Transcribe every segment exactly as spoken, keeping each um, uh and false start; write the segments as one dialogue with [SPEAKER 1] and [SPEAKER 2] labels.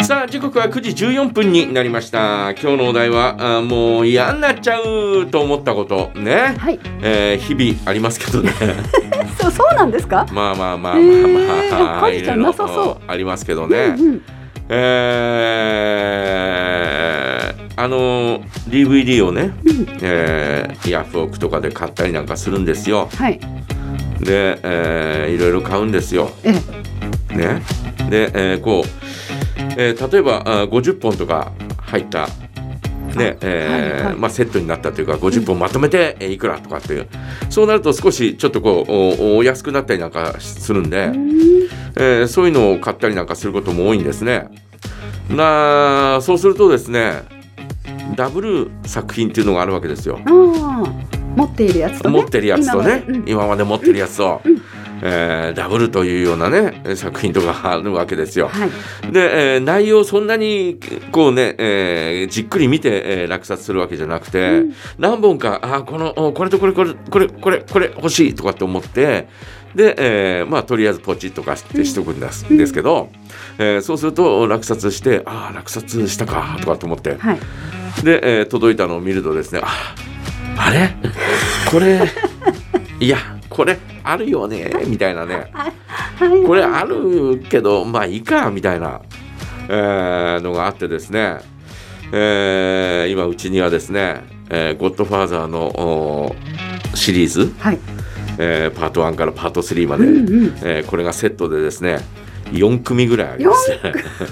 [SPEAKER 1] さあ時刻はくじじゅうよんぷんになりました。今日のお題はあもう嫌になっちゃうと思ったことね、はい、えー、日々ありますけどね
[SPEAKER 2] そう、そうなんですか。
[SPEAKER 1] まあまあまあまあまあ、えー、
[SPEAKER 2] カジちゃんなさそう
[SPEAKER 1] ありますけどね、うんうん、えー、あの ディーブイディー をね、うん、えー、ヤフオクとかで買ったりなんかするんですよ、はい、で、えー、いろいろ買うんですよ、ええ、ね、で、えー、こうえー、例えばあごじゅっぽんとか入った、ねえーはいはい、まあ、セットになったというかごじゅっぽんまとめて、うん、いくらとかっていうそうなると少しちょっとこう お, お安くなったりなんかするんで、うんえー、そういうのを買ったりなんかすることも多いんですね。なそうするとですねダブル作品っていうのがあるわけですよ。
[SPEAKER 2] あ持っているやつとね
[SPEAKER 1] 持ってるやつとね今まで、うん、今まで持ってるやつと、うんえー、ダブルというようなね作品とかあるわけですよ、はい、で、えー、内容そんなにこうね、えー、じっくり見て、えー、落札するわけじゃなくて、うん、何本かあこのこれとこれこれこれこれこれ欲しいとかって思ってで、えー、まあとりあえずポチッとかしてしとくんです、うん、ですけど、えー、そうすると落札してあ落札したかとかと思って、はい、で、えー、届いたのを見るとですねああれこれいやこれあるよねみたいなねこれあるけどまあいいかみたいな、えー、のがあってですね、えー、今うちにはですね、えー、ゴッドファーザーのシリーズ、はいえー、パートワンからパートスリーまで、うんうんえー、これがセットでですねよんくみぐらいありますね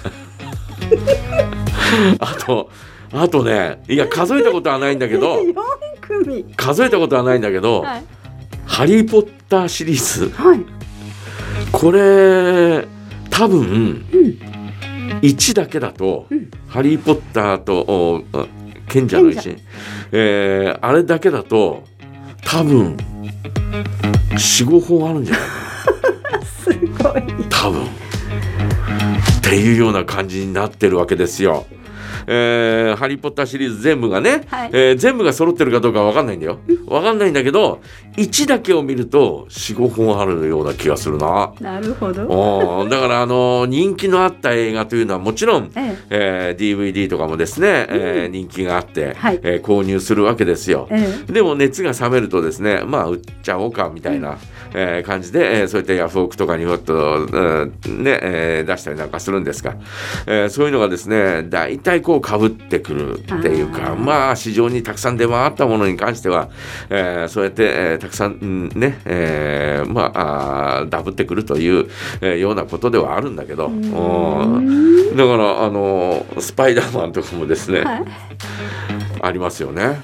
[SPEAKER 1] あとあとねいや数えたことはないんだけどよんくみ数えたことはないんだけど、はいハリーポッターシリーズ、はい、これ多分、うん、いちだけだと、うん、ハリーポッターと賢者の石、えー、あれだけだと多分 よん,ご 本あるんじゃないかな
[SPEAKER 2] すごい
[SPEAKER 1] 多分っていうような感じになってるわけですよ。えー、ハリーポッターシリーズ全部がね、はいえー、全部が揃ってるかどうか分かんないんだよ分かんないんだけどいちだけを見ると よん,ご 本あるような気がするな。
[SPEAKER 2] なるほど
[SPEAKER 1] だからあの人気のあった映画というのはもちろん、えええー、ディーブイディー とかもですね、うんえー、人気があって、はいえー、購入するわけですよ、ええ、でも熱が冷めるとですねまあ売っちゃおうかみたいな、うんえー、感じで、えー、そういったヤフオクとかにもっと、うんねえー、出したりなんかするんですが、えー、そういうのがですねだいたいこう被ってくるっていうかまあ市場にたくさん出回ったものに関しては、えー、そうやって、えー、たくさん、うんねえー、まあ、あダブってくるという、えー、ようなことではあるんだけどうんだからあのスパイダーマンとかもですね、はい、ありますよね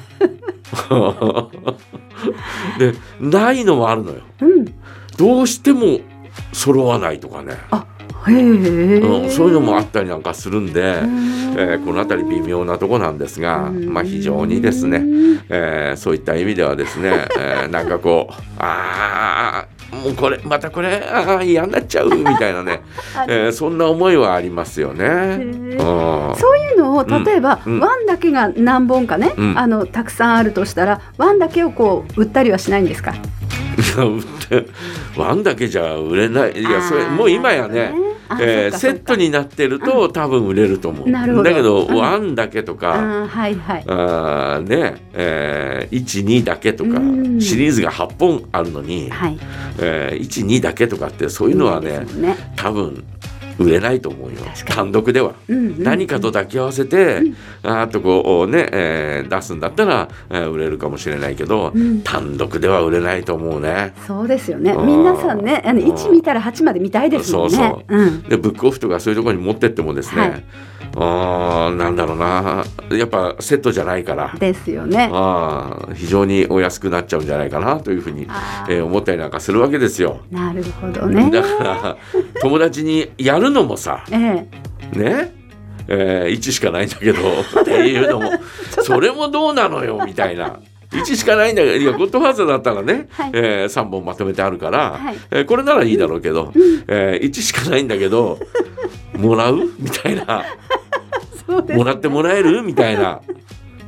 [SPEAKER 1] でないのもあるのよ、うん、どうしても揃わないとかねあへうん、そういうのもあったりなんかするんで、えー、このあたり微妙なとこなんですが、まあ、非常にですね、えー、そういった意味ではですね、えー、なんかこうああもうこれまたこれあ嫌になっちゃうみたいなね、えー、そんな思いはありますよね、うん、
[SPEAKER 2] そういうのを例えば、うん、ワンだけが何本かね、うん、あのたくさんあるとしたらワンだけをこう売ったりはしないんですか？
[SPEAKER 1] 売ってワンだけじゃ売れないいやそれもう今やねえー、セットになってると多分売れると思う。なるほど。だけどワンだけとか、はいはい、あねえー、いち、にだけとかシリーズがはっぽんあるのに、はいえー、いち、にだけとかってそういうのは ね, ね多分売れないと思うよ単独では、うんうんうん、何かと抱き合わせて、うん、あとこうね、えー、出すんだったら、えー、売れるかもしれないけど、うん、単独では売れないと思うね。
[SPEAKER 2] そうですよね皆さんねあのいち見たらはちまで見たいですもんね。そうそう、うん、
[SPEAKER 1] でブックオフとかそういうところに持ってってもですね、はいあなんだろうなやっぱセットじゃないから
[SPEAKER 2] ですよね
[SPEAKER 1] あ非常にお安くなっちゃうんじゃないかなというふうに、えー、思ったりなんかするわけですよ。
[SPEAKER 2] なるほどね。
[SPEAKER 1] だから友達にやるのもさ、ええ、ねえー、いちしかないんだけどっていうのもそれもどうなのよみたいないちしかないんだけどいやゴッドファーザーだったらね、はいえー、さんぼんまとめてあるから、はいえー、これならいいだろうけど、うんえー、いちしかないんだけどもらうみたいなもらってもらえるみたいな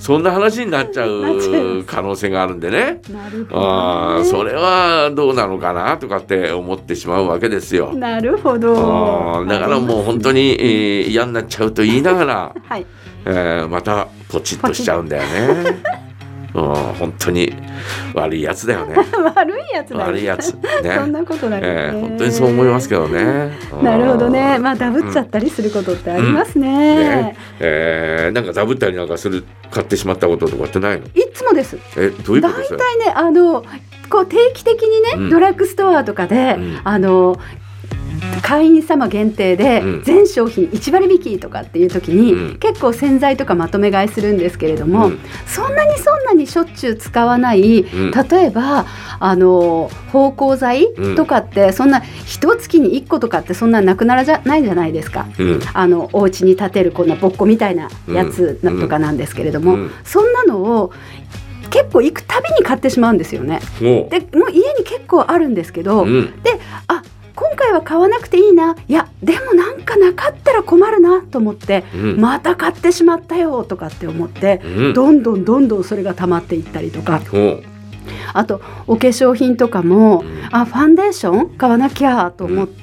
[SPEAKER 1] そんな話になっちゃう可能性があるんでね。
[SPEAKER 2] なるほど、ね、
[SPEAKER 1] あそれはどうなのかなとかって思ってしまうわけですよ。
[SPEAKER 2] なるほど。
[SPEAKER 1] だからもう本当に、えー、嫌になっちゃうと言いながら、
[SPEAKER 2] はい
[SPEAKER 1] えー、またポチッとしちゃうんだよね。うん、本当に悪いやつだよね。
[SPEAKER 2] 悪いやつだよね。
[SPEAKER 1] 悪いやつ、ね、
[SPEAKER 2] そんなことない、ね
[SPEAKER 1] えー、本当にそう思いますけどね。
[SPEAKER 2] なるほどね。まあダブっちゃったりすることってありますね。うんうんね
[SPEAKER 1] えー、なんかダブったりなんかする買ってしまったこととかってないの？
[SPEAKER 2] いつもです。
[SPEAKER 1] えどういうことですか？
[SPEAKER 2] 大体ねあのこう定期的にね、うん、ドラッグストアとかで、うん、あの会員様限定で全商品いち割引きとかっていう時に、うん、結構洗剤とかまとめ買いするんですけれども、うん、そんなにそんなにしょっちゅう使わない、うん、例えばあの芳香剤とかってそんな一月にいっことかってそんななくならじゃないじゃないですか、うん、あのお家に立てるこんなぼっこみたいなやつとかなんですけれども、うんうん、そんなのを結構行くたびに買ってしまうんですよね。でもう家に結構あるんですけど、うん、であ今回は買わなくていいな、いやでもなんかなかったら困るなと思って、うん、また買ってしまったよとかって思って、うん、どんどんどんどんそれが溜まっていったりとか、うん、あとお化粧品とかも、うん、あファンデーション買わなきゃと思って、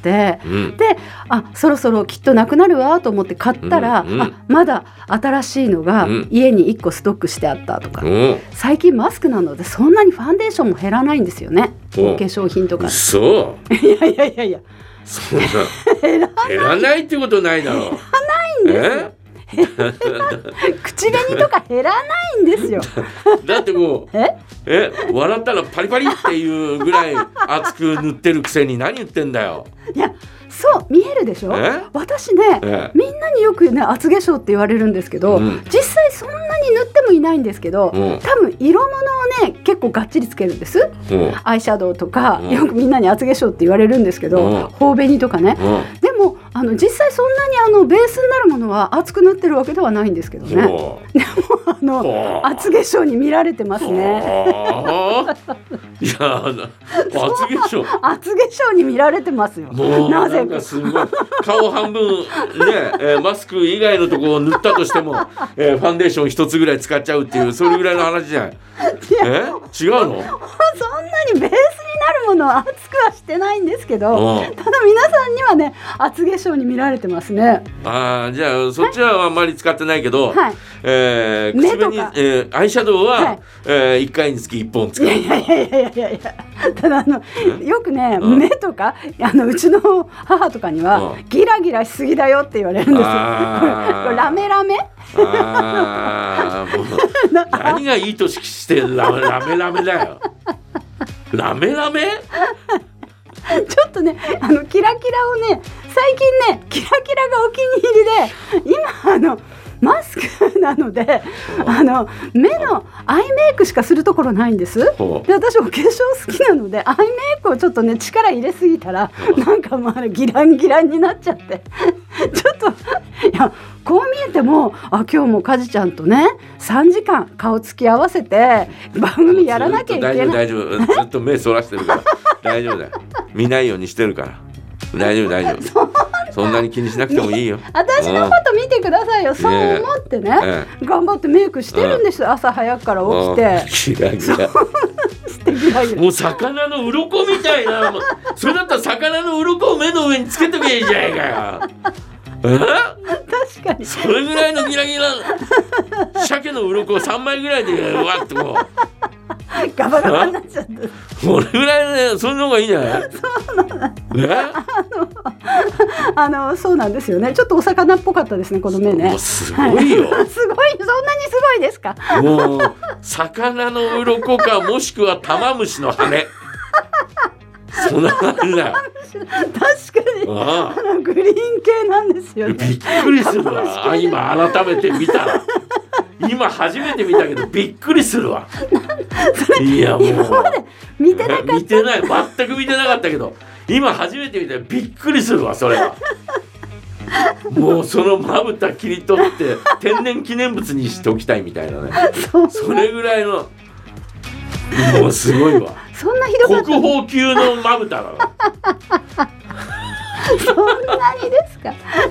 [SPEAKER 2] うん、であそろそろきっとなくなるわと思って買ったら、うんうん、あまだ新しいのが家にいっこストックしてあったとか、うん、最近マスクなのでそんなにファンデーションも減らないんですよね、お化粧品とか。
[SPEAKER 1] そう
[SPEAKER 2] いやいやいやいや
[SPEAKER 1] そんな減らない減らないってことないだろう。
[SPEAKER 2] 減らないんですよ。口紅とか減らないんですよ。
[SPEAKER 1] だってもうええ笑ったらパリパリっていうぐらい厚く塗ってるくせに何言ってんだよ。いや
[SPEAKER 2] そう見えるでしょ。私ね、みんなによくね厚化粧って言われるんですけど、うん、実際そんなに塗ってもいないんですけど、うん、多分色物をね結構がっちりつけるんです、うん、アイシャドウとか、うん、よくみんなに厚化粧って言われるんですけど、うん、頬紅とかね、うん、でもあの実際そんなにあのベースになるものは厚く塗ってるわけではないんですけどね。でもあの厚化粧に見られてますね。
[SPEAKER 1] いや厚化粧
[SPEAKER 2] 厚化粧に見られてますよ。なぜか
[SPEAKER 1] すごい顔半分ね、えー、マスク以外のところを塗ったとしても、えー、ファンデーション一つぐらい使っちゃうっていうそれぐらいの話じゃない。え違うの？そんなにベースになる
[SPEAKER 2] ものは厚くはしてないんですけど、ただ皆さんにはね厚化粧に見られてますね。
[SPEAKER 1] あじゃあそっちはあんまり使ってないけど、はいえー、口紅、えー、アイシャドウは、はいえー、いっかいにつきいっぽん使う。
[SPEAKER 2] いやいやいやいやいやいやただあのよくね目とかあのうちの母とかにはギラギラしすぎだよって言われるんですよ。これラメラメ
[SPEAKER 1] あもう何がいい年してラメラメラメだよ。ラメラメ
[SPEAKER 2] ちょっとねあのキラキラをね最近ねキラキラがお気に入りで今あのマスクなのであの目のアイメイクしかするところないんです。で私お化粧好きなのでアイメイクをちょっとね力入れすぎたらなんかまあギランギランになっちゃってちょっといやこう見えてもあ今日もかじちゃんとねさんじかん顔つき合わせて番組やらなきゃいけない。
[SPEAKER 1] 大丈夫大丈夫ずっと目そらしてるから大丈夫だよ。見ないようにしてるから大丈夫大丈夫。そんなに気にしなくてもいいよ。
[SPEAKER 2] 私のこと見てくださいよ。そう思ってね、ええ、頑張ってメイクしてるんです、うん、朝早くから起きて
[SPEAKER 1] ギラギラ
[SPEAKER 2] ギラギラ
[SPEAKER 1] もう魚の鱗みたいなそれだったら魚の鱗を目の上につけとけばいいじゃないかよ。
[SPEAKER 2] 確かに
[SPEAKER 1] それぐらいのギラギラ鮭の鱗をさんまいぐらいでわっとこう
[SPEAKER 2] ガバガバになっちゃって
[SPEAKER 1] これぐらいねその方がいいんじゃない？
[SPEAKER 2] そうなんです、ね、あのあのそうなんですよね。ちょっとお魚っぽかったですねこの目ね。
[SPEAKER 1] すごいよ、
[SPEAKER 2] はい、すごいそんなにすごいですか？
[SPEAKER 1] もう魚の鱗かもしくは玉虫の羽そんな感じだよ。
[SPEAKER 2] 確かにああのグリーン系なんですよね。
[SPEAKER 1] びっくりするわ今改めて見たら今初めて見たけどびっくりするわ。いやもう
[SPEAKER 2] 今まで見てなかった。
[SPEAKER 1] 見てない全く見てなかったけど今初めて見たらびっくりするわそれは。もうそのまぶた切り取って天然記念物にしておきたいみたいなね。それぐらいのもうすごいわ。
[SPEAKER 2] そんなひどかった。
[SPEAKER 1] 国宝級のまぶただろ。
[SPEAKER 2] そんなにですか。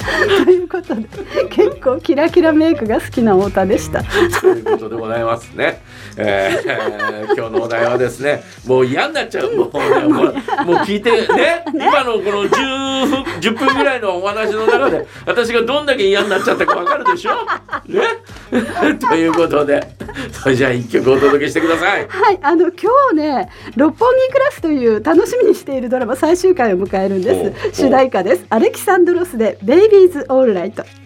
[SPEAKER 2] ということで結構キラキラメイクが好きな太田でした。
[SPEAKER 1] ということでございますね、えー、今日のお題はですね、もう嫌になっちゃう、もう、ね、もう、もう聞いてね、今のこの 10, じゅっぷんぐらいのお話の中で私がどんだけ嫌になっちゃったか分かるでしょ、ね、ということで、それじゃあ一曲お届けしてください。
[SPEAKER 2] はい、あの今日ね六本木クラスという楽しみにしているドラマ最終回を迎えるんです。主題歌です。アレキサンドロスでベイビーズオールライト。